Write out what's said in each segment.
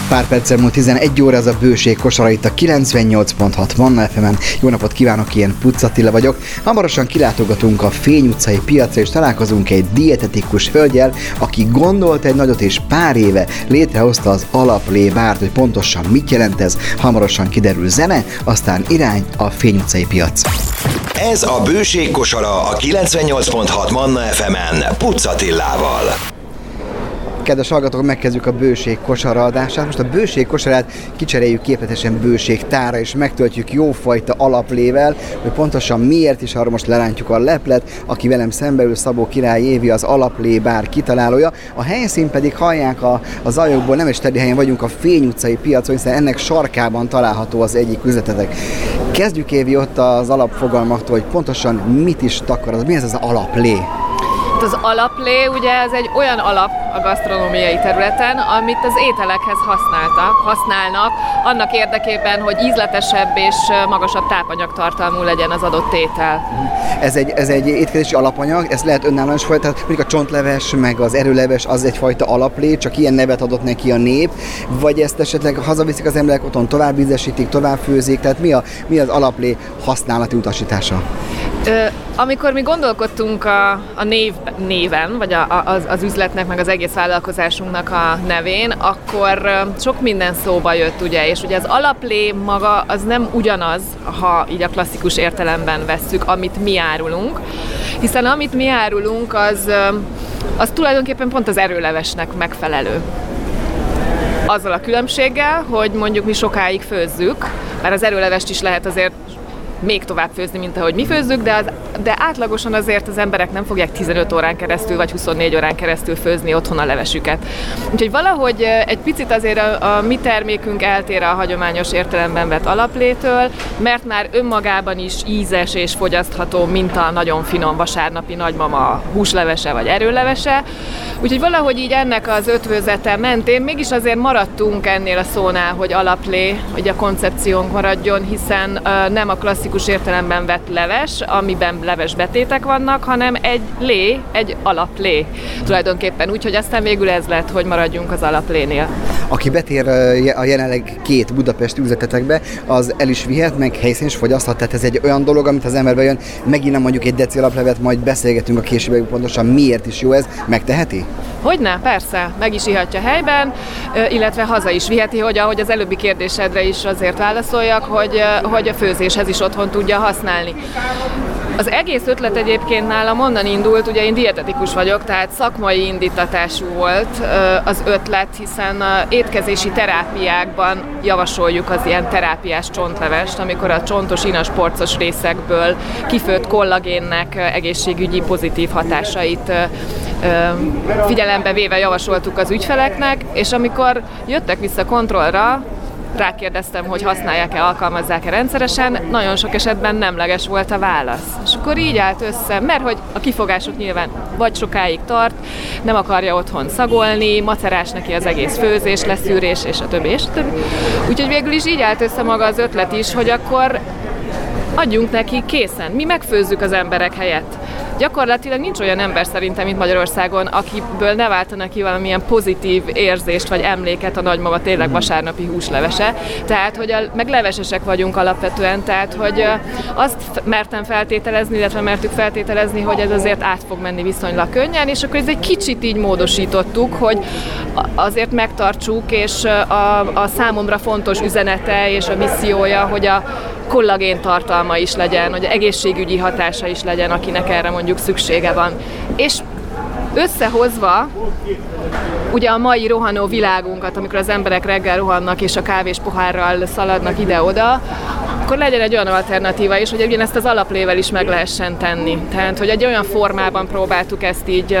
Pár perccel múlt 11 óra, ez a Bőség kosara itt a 98.6 Manna FM-en. Jó napot kívánok, én Pucz Attila vagyok. Hamarosan kilátogatunk a Fény utcai piacra, és találkozunk egy dietetikus hölgyel, aki gondolt egy nagyot, és pár éve létrehozta az Alaplé bárt. Hogy pontosan mit jelent ez, hamarosan kiderül. Zene, aztán irány a Fény utcai piac. Ez a Bőség kosara a 98.6 Manna FM-en Pucz Attilával. Kedves hallgatók, megkezdjük a Bőség kosara adását. Most a Bőség kosarát kicseréljük képletesen Bőség tára, és megtöltjük jófajta alaplével, hogy pontosan miért is, arra most lerántjuk a leplet. Aki velem szembeül, Szabó Király Évi, az Alaplé bár kitalálója. A helyszín pedig, hallják a zajokból, nem is tedi helyen vagyunk, a Fény utcai piacon, hiszen ennek sarkában található az egyik üzletetek. Kezdjük, Évi, ott az alapfogalmaktól, hogy pontosan mit is takar az, mi ez az Alaplé? Az alaplé ugye ez egy olyan alap a gasztronómiai területen, amit az ételekhez használnak, annak érdekében, hogy ízletesebb és magasabb tápanyagtartalmú legyen az adott étel. Ez egy étkezési alapanyag, ez lehet önállóan is folytatni, tehát mondjuk a csontleves, meg az erőleves az egyfajta alaplé, csak ilyen nevet adott neki a nép, vagy ezt esetleg hazaviszik az emberek, otthon tovább ízesítik, tovább főzik, tehát mi az alaplé használati utasítása? Amikor mi gondolkodtunk a néven, vagy az üzletnek, meg az egész vállalkozásunknak a nevén, akkor sok minden szóba jött, ugye, és ugye az alaplé maga az nem ugyanaz, ha így a klasszikus értelemben vesszük, amit mi árulunk, hiszen amit mi árulunk, az tulajdonképpen pont az erőlevesnek megfelelő. Azzal a különbséggel, hogy mondjuk mi sokáig főzzük, mert az erőlevest is lehet azért még tovább főzni, mint ahogy mi főzzük, de átlagosan azért az emberek nem fogják 15 órán keresztül, vagy 24 órán keresztül főzni otthon a levesüket. Úgyhogy valahogy egy picit azért a mi termékünk eltér a hagyományos értelemben vett alaplétől, mert már önmagában is ízes és fogyasztható, mint a nagyon finom vasárnapi nagymama húslevese vagy erőlevese. Úgyhogy valahogy így ennek az ötvözete mentén mégis azért maradtunk ennél a szónál, hogy alaplé, hogy a koncepciónk maradjon, hiszen nem a klasszikus értelemben vett leves, amiben levesbetétek vannak, hanem egy alaplé tulajdonképpen. Úgyhogy aztán végül ez lett, hogy maradjunk az alaplénél. Aki betér a jelenleg 2 budapesti üzletetekbe, az el is vihet, meg helyszín is fogyaszthat. Tehát ez egy olyan dolog, amit az ember bejön, megint nem mondjuk egy deci alaplevet, majd beszélgetünk a később, pontosan miért is jó ez, megteheti? Hogyne, persze, meg is ihatja helyben, illetve haza is viheti, hogy ahogy az előbbi kérdésedre is azért válaszoljak, hogy a főzéshez is otthon tudja használni. Az egész ötlet egyébként nálam onnan indult, ugye én dietetikus vagyok, tehát szakmai indítatású volt az ötlet, hiszen étkezési terápiákban javasoljuk az ilyen terápiás csontlevest, amikor a csontos, inas, porcos részekből kifőtt kollagénnek egészségügyi pozitív hatásait figyelembe véve javasoltuk az ügyfeleknek, és amikor jöttek vissza kontrollra, rákérdeztem, hogy használják-e, alkalmazzák-e rendszeresen, nagyon sok esetben nemleges volt a válasz. És akkor így állt össze, mert hogy a kifogások nyilván vagy sokáig tart, nem akarja otthon szagolni, macerás neki az egész főzés, leszűrés, és a többi, és a többi. Úgyhogy végül is így állt össze maga az ötlet is, hogy akkor adjunk neki készen, mi megfőzzük az emberek helyett. Gyakorlatilag nincs olyan ember szerintem, mint Magyarországon, akiből ne váltana ki valamilyen pozitív érzést vagy emléket a nagymama tényleg vasárnapi húslevese. Tehát, hogy meg levesesek vagyunk alapvetően, tehát, hogy azt mertem feltételezni, illetve mertük feltételezni, hogy ez azért át fog menni viszonylag könnyen, és akkor ez egy kicsit így módosítottuk, hogy azért megtartsuk, és a számomra fontos üzenete és a missziója, hogy a kollagén tartalma is legyen, hogy egészségügyi hatása is legyen, akinek erre mondjuk szüksége van. És összehozva ugye a mai rohanó világunkat, amikor az emberek reggel rohannak és a kávés pohárral szaladnak ide-oda, akkor legyen egy olyan alternatíva is, hogy ugyanezt az alaplével is meg lehessen tenni. Tehát, hogy egy olyan formában próbáltuk ezt így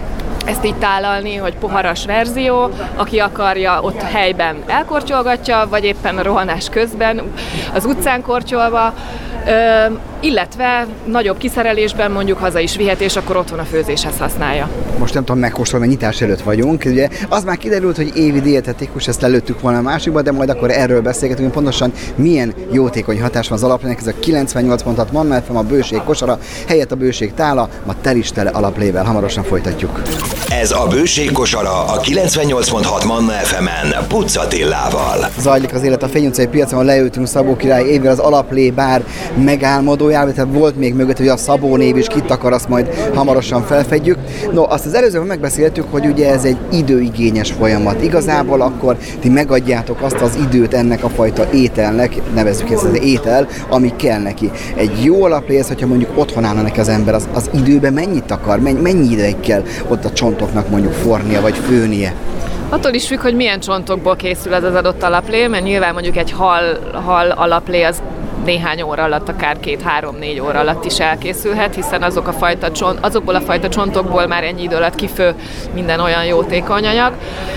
tálalni, hogy poharas verzió, aki akarja, ott helyben elkortyolgatja, vagy éppen a rohanás közben az utcán kortyolva. illetve nagyobb kiszerelésben mondjuk haza is vihet, és akkor otthon a főzéshez használja. Most nem tudom megkóstolni, mert nyitás előtt vagyunk. Ugye az már kiderült, hogy évi dietetikus, ezt lelőttük volna a másikba, de majd akkor erről beszélgetünk, pontosan milyen jótékony hatás van az alaplének. Ez a 98.6 Manna FM, a bőség kosara, helyett a bőség tála, ma tel is tele alaplével. Hamarosan folytatjuk. Ez a bőség kosara a 98.6 Manna FM-en Pucz Attilával. Zajlik az élet a Fény utcai piacon, leültünk Szabó Király Évvel, az Alaplé bár megálmodójával, tehát volt még mögött, hogy a Szabó név is kit akar, azt majd hamarosan felfedjük. No, azt az előzőben megbeszéltük, hogy ugye ez egy időigényes folyamat. Igazából akkor ti megadjátok azt az időt ennek a fajta ételnek, nevezzük ezt az étel, ami kell neki. Egy jó alaplé ez, hogyha mondjuk otthon állna neki az ember, az időben mennyit akar, mennyi ideig kell ott a csontoknak mondjuk fornia vagy főnie? Attól is függ, hogy milyen csontokból készül az adott alaplé, mert nyilván mondjuk egy hal alaplé az néhány óra alatt, akár 2-3-4 óra alatt is elkészülhet, hiszen azokból a fajta csontokból már ennyi idő alatt kifő minden olyan jótékony anyag.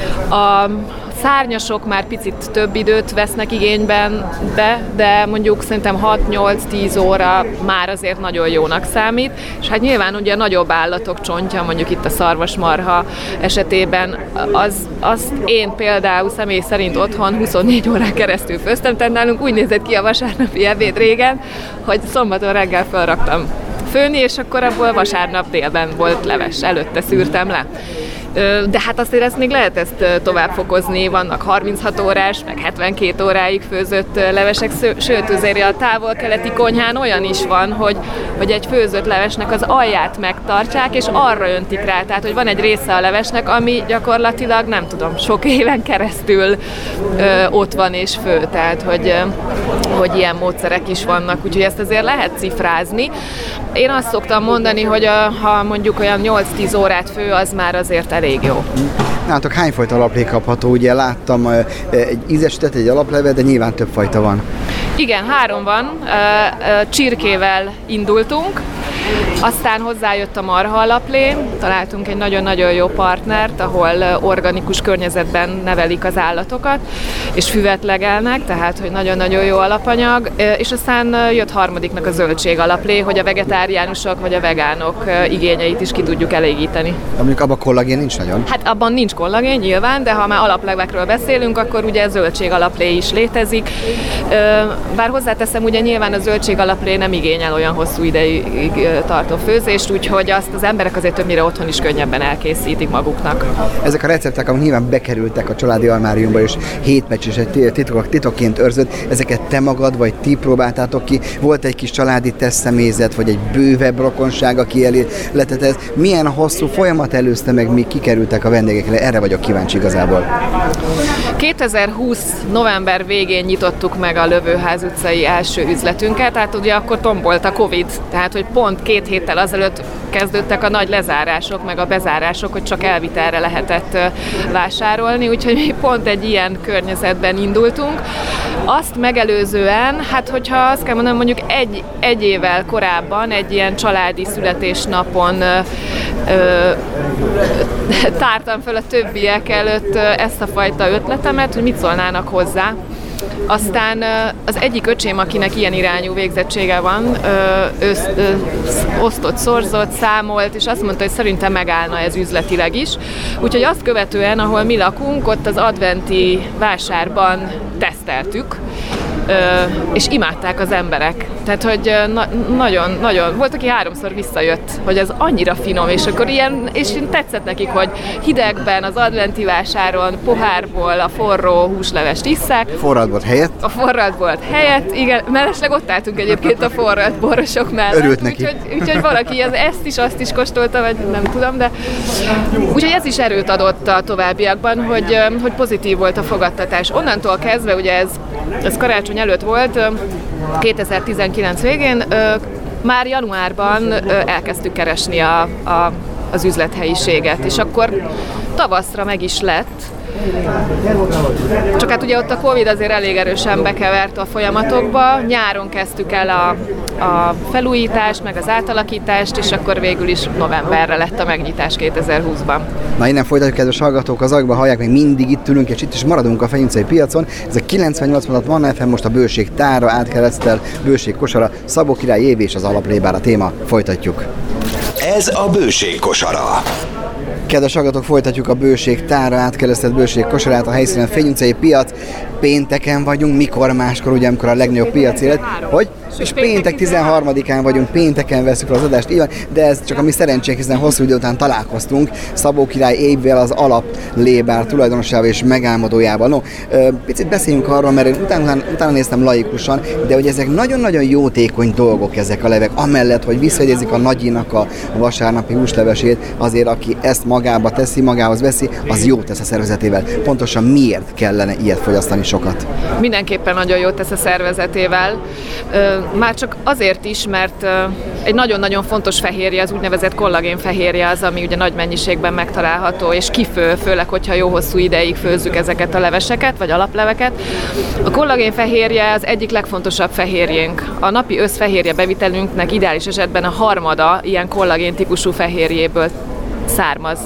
A szárnyasok már picit több időt vesznek igényben, de mondjuk szerintem 6-8-10 óra már azért nagyon jónak számít, és hát nyilván ugye a nagyobb állatok csontja, mondjuk itt a szarvasmarha esetében, az én például személy szerint otthon 24 órán keresztül főztem, tehát nálunk úgy nézett ki a vasárnapi ebéd régen, hogy szombaton reggel felraktam főni, és akkor abból vasárnap délben volt leves, előtte szűrtem le. De hát azért ezt még lehet ezt tovább fokozni, vannak 36 órás, meg 72 óráig főzött levesek, sőt azért a távol-keleti konyhán olyan is van, hogy egy főzött levesnek az alját megtartják, és arra öntik rá, tehát hogy van egy része a levesnek, ami gyakorlatilag nem tudom, sok éven keresztül ott van és fő, tehát hogy ilyen módszerek is vannak, úgyhogy ezt azért lehet cifrázni. Én azt szoktam mondani, hogy ha mondjuk olyan 8-10 órát fő, az már azért elég jó. Nálatok hány fajta alaplé kapható? Ugye láttam egy ízesített, egy alaplevet, de nyilván több fajta van. Igen, 3 van. Csirkével indultunk, aztán hozzájött a marha alaplé, találtunk egy nagyon-nagyon jó partnert, ahol organikus környezetben nevelik az állatokat, és füvet legelnek, tehát hogy nagyon-nagyon jó alapanyag, és aztán jött harmadiknak a zöldség alaplé, hogy a vegetáriánusok vagy a vegánok igényeit is ki tudjuk elégíteni. Mondjuk abban kollagén nincs nagyon? Hát abban nincs kollagén nyilván, de ha már alaplevekről beszélünk, akkor ugye zöldség alaplé is létezik. Bár hozzáteszem, ugye nyilván a zöldség alaplé nem igényel olyan hosszú ideig tartó főzést, úgyhogy azt az emberek azért többnyire otthon is könnyebben elkészítik maguknak. Ezek a receptek, amik nyilván bekerültek a családi armáriumba, és hétmeccs és egy titokként őrzött, ezeket te magad vagy ti próbáltátok ki? Volt egy kis családi tesztszemélyzet, vagy egy bővebb rokonság, aki elé letetett? Milyen hosszú folyamat előzte meg, míg kikerültek a vendégek? Erre vagyok kíváncsi igazából. 2020 november végén nyitottuk meg a Lövőház utcai első üzletünket, tehát ugye akkor tombolt a Covid, tehát hogy pont 2 héttel azelőtt kezdődtek a nagy lezárások, meg a bezárások, hogy csak elvitelre lehetett vásárolni, úgyhogy mi pont egy ilyen környezetben indultunk. Azt megelőzően, hát hogyha azt kell mondanom, mondjuk egy évvel korábban egy ilyen családi születésnapon tártam föl a többiek előtt ezt a fajta ötletemet, hogy mit szólnának hozzá. Aztán az egyik öcsém, akinek ilyen irányú végzettsége van, osztott, szorzott, számolt, és azt mondta, hogy szerintem megállna ez üzletileg is. Úgyhogy azt követően, ahol mi lakunk, ott az adventi vásárban teszteltük, és imádták az emberek. Tehát, hogy nagyon, volt, aki 3-szor visszajött, hogy ez annyira finom, és akkor ilyen, és tetszett nekik, hogy hidegben, az adventi vásáron, pohárból a forró húslevest isszák. Forralt volt helyett? A forralt volt helyett, igen, mellesleg ott álltunk egyébként a forralt borosok mellett. Örült neki. Úgyhogy valaki ezt is, azt is kóstolta, vagy nem tudom, de úgyhogy ez is erőt adott a továbbiakban, hogy pozitív volt a fogadtatás. Onnantól kezdve, ugye ez karácsony előtt volt, 2019 végén, már januárban elkezdtük keresni az üzlethelyiséget, és akkor tavaszra meg is lett, Csak hát ugye ott a Covid azért elég erősen bekevert a folyamatokba. Nyáron kezdtük el a felújítást, meg az átalakítást, és akkor végül is novemberre lett a megnyitás 2020-ban. Na, innen folytatjuk, kedves hallgatók, az ajkban hallják, még mindig itt ülünk, és itt is maradunk a Fenyő utcai piacon. Ez a 98.6 Manna FM, most a Bőség tára átkeresztel, Bőség kosara, Szabó Király Évi és az alaplébár a téma. Folytatjuk. Ez a Bőség kosara. Kedves hallgatók, folytatjuk a Bőség tára átkeresztelt Bőség kosarát, a helyszínen Fenyő utcai piac. Pénteken vagyunk, mikor máskor, ugye, amikor a legnagyobb piac élet. Hogy? És péntek 13-án vagyunk, pénteken veszük az adást, így van, de ez csak a mi szerencsénk, hiszen hosszú idő után találkoztunk Szabó Király Évivel, az alaplébár tulajdonosával és megálmodójával. No, picit beszéljünk arról, mert én utána néztem laikusan, de hogy ezek nagyon-nagyon jótékony dolgok, ezek a levek, amellett, hogy visszaidézik a nagyinak a vasárnapi húslevesét, azért aki ezt magába teszi, magához veszi, az jót tesz a szervezetével. Pontosan miért kellene ilyet fogyasztani sokat? Mindenképpen nagyon jót tesz a szervezetével. Már csak azért is, mert egy nagyon-nagyon fontos fehérje, az úgynevezett kollagénfehérje az, ami ugye nagy mennyiségben megtalálható, és kifő, főleg, hogyha jó hosszú ideig főzzük ezeket a leveseket, vagy alapleveket. A kollagénfehérje az egyik legfontosabb fehérjénk. A napi összfehérje bevitelünknek ideális esetben a harmada ilyen kollagén típusú fehérjéből származ.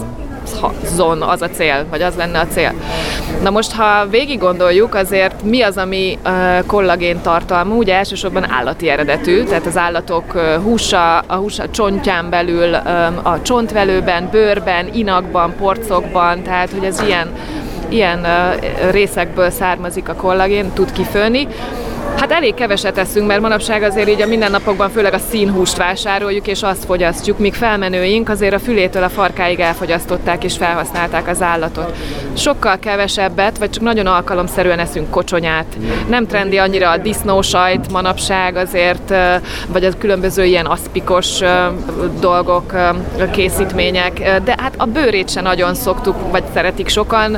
Az a cél, vagy az lenne a cél. Na most, ha végig gondoljuk, azért mi az, ami kollagén tartalmú, ugye elsősorban állati eredetű, tehát az állatok húsa, a húsa csontján belül, a csontvelőben, bőrben, inakban, porcokban, tehát hogy ez ilyen részekből származik a kollagén, tud kifőni. Hát elég keveset eszünk, mert manapság azért így a mindennapokban főleg a színhúst vásároljuk, és azt fogyasztjuk, míg felmenőink azért a fülétől a farkáig elfogyasztották és felhasználták az állatot. Sokkal kevesebbet, vagy csak nagyon alkalomszerűen eszünk kocsonyát. Nem trendi annyira a disznósajt manapság azért, vagy az különböző ilyen aszpikos dolgok, készítmények, de hát a bőrét se nagyon szoktuk, vagy szeretik sokan.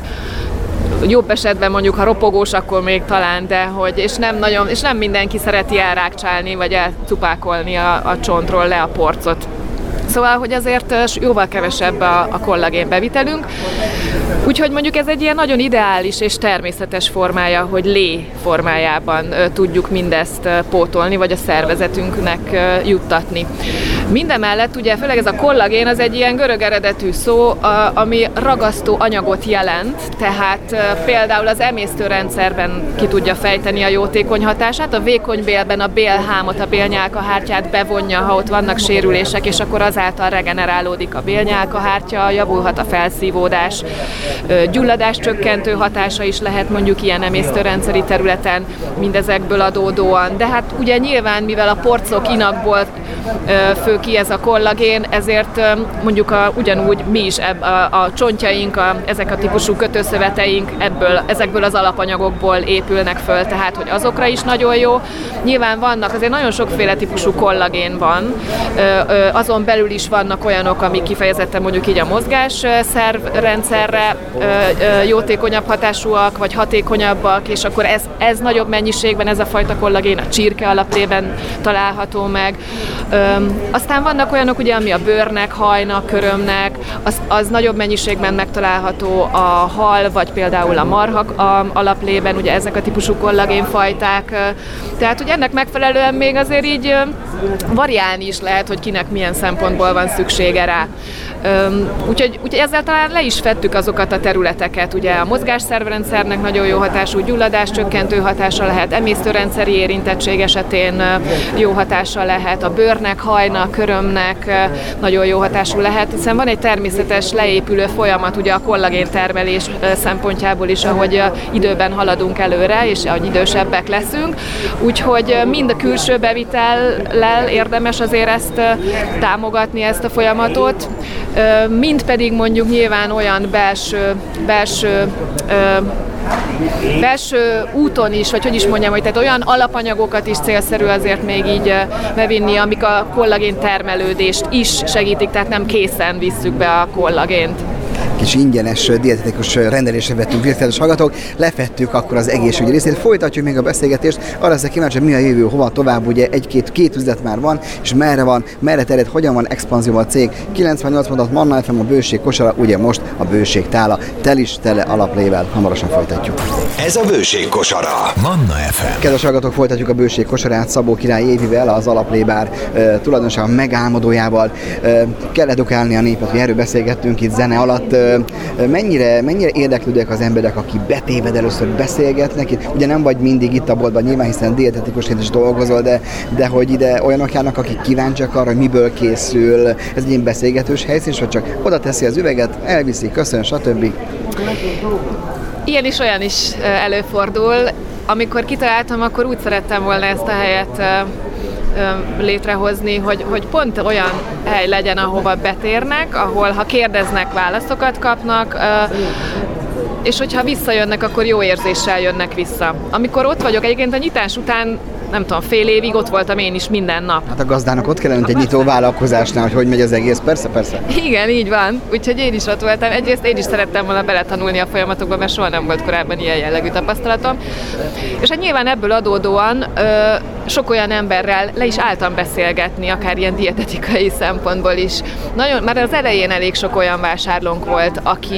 Jobb esetben mondjuk, ha ropogós, akkor még talán, de hogy, és nem mindenki szereti elrákcsálni, vagy elcupákolni a csontról le a porcot. Szóval, hogy azért jóval kevesebb a kollagén bevitelünk. Úgyhogy mondjuk ez egy ilyen nagyon ideális és természetes formája, hogy lé formájában tudjuk mindezt pótolni, vagy a szervezetünknek juttatni. Mindemellett ugye főleg ez a kollagén az egy ilyen görög eredetű szó, ami ragasztó anyagot jelent, tehát például az emésztőrendszerben ki tudja fejteni a jótékony hatását, a vékony bélben a bélhámot, a bélnyálkahártyát bevonja, ha ott vannak sérülések, és akkor azáltal regenerálódik a bélnyálkahártya, javulhat a felszívódás, gyulladás csökkentő hatása is lehet mondjuk ilyen emésztőrendszeri területen mindezekből adódóan. De hát ugye nyilván, mivel a porcok, inakból fő ki ez a kollagén, ezért mondjuk ugyanúgy mi is a csontjaink, ezek a típusú kötőszöveteink ezekből az alapanyagokból épülnek föl, tehát hogy azokra is nagyon jó. Nyilván vannak, azért nagyon sokféle típusú kollagén van, azon belül is vannak olyanok, amik kifejezetten mondjuk így a mozgásszervrendszerre jótékonyabb hatásúak, vagy hatékonyabbak, és akkor ez nagyobb mennyiségben, ez a fajta kollagén a csirke alaplében található meg. Aztán vannak olyanok, ugye, ami a bőrnek, hajnak, körömnek, az nagyobb mennyiségben megtalálható a hal, vagy például a marha alaplében, ugye ezek a típusú kollagénfajták. Tehát, hogy ennek megfelelően még azért így variálni is lehet, hogy kinek milyen szempontból van szüksége rá. Úgyhogy ezzel talán le is fettük azokat a területeket. Ugye a mozgásszervrendszernek nagyon jó hatású, gyulladás csökkentő hatása lehet, emésztőrendszeri érintettség esetén jó hatása lehet, a bőrnek, hajnak, körömnek nagyon jó hatású lehet, hiszen van egy természetes leépülő folyamat ugye a kollagén termelés szempontjából is, ahogy időben haladunk előre, és ahogy idősebbek leszünk. Úgyhogy mind a külső bevitellel érdemes azért ezt támogatni, ezt a folyamatot, mind pedig mondjuk nyilván olyan belső úton is, vagy hogy is mondjam, hogy tehát olyan alapanyagokat is célszerű azért még így bevinni, amik a kollagén termelődést is segítik, tehát nem készen visszük be a kollagént. kis ingyenes dietetikus rendelésre vettünk virtuális hallgatók, lefettük akkor az egészségügyi részét, folytatjuk még a beszélgetést, arra leszek kíváncsi, hogy mi a jövő, hova tovább, ugye két üzlet már van, és merre terjed, hogyan van expanzió a cég. 98 mondat Manna FM, a bőség kosara, ugye most a bőség tála, tele alaplével. Hamarosan folytatjuk. Ez a bőség kosara. Manna FM. Kedves hallgatók, folytatjuk a bőség kosarát Szabó Király Évivel, az alaplébár tulajdonosa megálmodójával. Kell edukálni a népet, hogy erről beszélgettünk itt zene alatt. Mennyire érdeklődnek az emberek, aki betéved először beszélgetnek? Ugye nem vagy mindig itt a boltban, nyilván, hiszen dietetikusként is dolgozol, de hogy ide olyanok járnak, akik kíváncsiak arra, hogy miből készül. Ez egy ilyen beszélgetős helyszín, vagy csak oda teszi az üveget, elviszi, köszön, stb. Ilyen is, olyan is előfordul. Amikor kitaláltam, akkor úgy szerettem volna ezt a helyet létrehozni, hogy pont olyan hely legyen, ahova betérnek, ahol ha kérdeznek, válaszokat kapnak, és hogyha visszajönnek, akkor jó érzéssel jönnek vissza. Amikor ott vagyok, egyébként a nyitás után, nem tudom, fél évig ott voltam én is minden nap. Hát a gazdának ott kellene, egy nyitó vállalkozásnál, hogy megy az egész, persze. Igen, így van. Úgyhogy én is ott voltam. Egyrészt én is szerettem volna beletanulni a folyamatokba, mert soha nem volt korábban ilyen jellegű tapasztalatom. És hát nyilván ebből adódóan sok olyan emberrel le is álltam beszélgetni, akár ilyen dietetikai szempontból is. Már az elején elég sok olyan vásárlónk volt,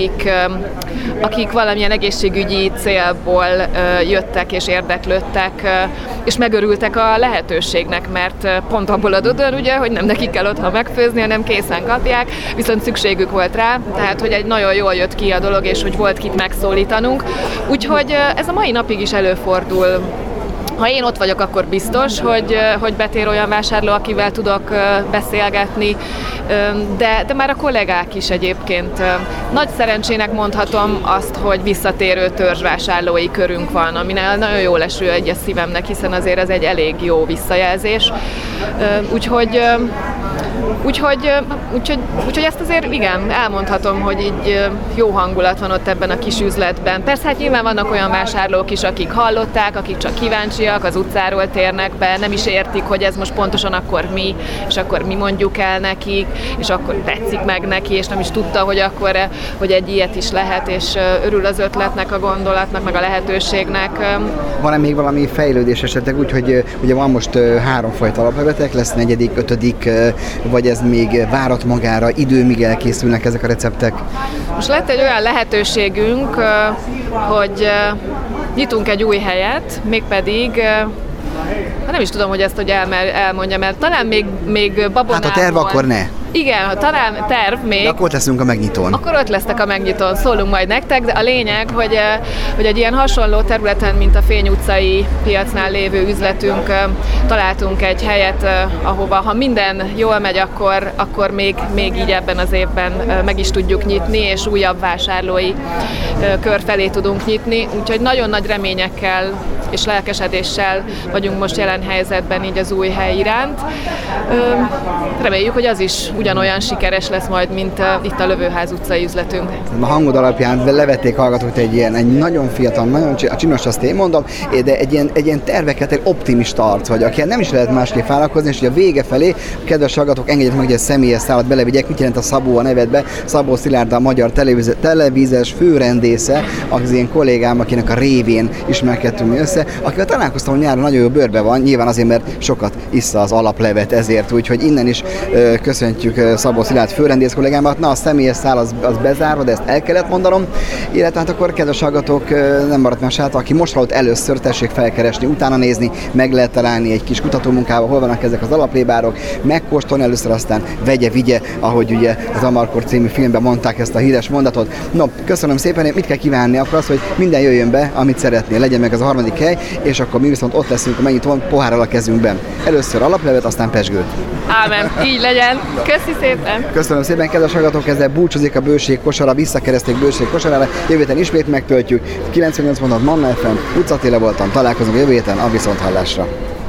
akik valamilyen egészségügyi célból jöttek és érdeklődtek, és megörültek a lehetőségnek, mert pont abból adódóan, ugye, hogy nem nekik kell otthon megfőzni, hanem készen kapják, viszont szükségük volt rá, tehát hogy egy nagyon jól jött ki a dolog, és hogy volt kit megszólítanunk. Úgyhogy ez a mai napig is előfordul. Ha én ott vagyok, akkor biztos, hogy betér olyan vásárló, akivel tudok beszélgetni, de már a kollégák is egyébként. Nagy szerencsének mondhatom azt, hogy visszatérő törzsvásárlói körünk van, ami nagyon jól eső egy a szívemnek, hiszen azért ez egy elég jó visszajelzés. Úgyhogy ezt azért igen, elmondhatom, hogy így jó hangulat van ott ebben a kis üzletben. Persze hát nyilván vannak olyan vásárlók is, akik hallották, akik csak kíváncsiak, az utcáról térnek be, nem is értik, hogy ez most pontosan akkor mi, és akkor mi mondjuk el nekik, és akkor tetszik meg neki, és nem is tudta, hogy egy ilyet is lehet, és örül az ötletnek, a gondolatnak, meg a lehetőségnek. Van-e még valami fejlődés esetleg úgy, hogy ugye van most 3 fajta alaplevetek, lesz 4., 5., vagy ez még várat magára, idő, míg elkészülnek ezek a receptek? Most lett egy olyan lehetőségünk, hogy nyitunk egy új helyet, mégpedig nem is tudom, hogy ezt hogy elmondjam, mert talán még Babonából... Hát a terv akkor ne. Igen, talán terv még. De akkor ott leszünk a megnyitón. Akkor ott lesztek a megnyitón, szólunk majd nektek, de a lényeg, hogy egy ilyen hasonló területen, mint a Fény utcai piacnál lévő üzletünk, találtunk egy helyet, ahova, ha minden jól megy, akkor még így ebben az évben meg is tudjuk nyitni, és újabb vásárlói kör felé tudunk nyitni, úgyhogy nagyon nagy reményekkel és lelkesedéssel vagyunk most jelen helyzetben így az új hely iránt. Reméljük, hogy az is ugyanolyan sikeres lesz majd, mint itt a Lövőház utcai üzletünk. A hangod alapján levették hallgatót egy nagyon fiatal, nagyon csinos, azt én mondom, de egy ilyen terveket, egy optimista arc vagy, aki nem is lehet másképp vállalkozni, és hogy a vége felé, a kedves hallgatók, engedjék meg, hogy egy személyes szálat belevigyek, mit jelent a Szabó a nevedbe. Szabó Szilárd, a magyar televíziós főrendésze, az én kollégám, akinek a révén ismerkedtünk össze, akivel találkoztam, hogy nyáron nagyon jó bőrbe van, nyilván azért, mert sokat issza az alaplevet ezért, úgyhogy innen is köszöntjük Szabó Szilárd főrendész kollégámat. Na, a személyes szál az bezárva, de ezt el kellett mondanom. Illetve hát akkor, kedves hallgatók, nem maradt meg sátor, aki most hallott először, tessék felkeresni, utána nézni, meg lehet találni egy kis kutatómunkával, hol vannak ezek az alaplébárok, megkóstolni először, aztán vigye, ahogy ugye az Amarkor című filmben mondták ezt a híres mondatot. No, köszönöm szépen, mit kell kívánni akkor az, hogy minden jöjjön be, amit szeretnél, legyen meg az a harmadik hely, és akkor mi viszont ott leszünk a megnyitón pohárral a kezünkben. Először alaplevet, aztán pezsgőt. Ámen, így legyen. Köszi szépen. Köszönöm szépen, kedves hallgatók, ezzel búcsúzik a bőség kosara, visszakereszték bőség kosarára, jövő héten ismét megtöltjük. 98 mondat Manna FM, Pucatilla voltam, találkozunk jövő héten, a viszonthallásra.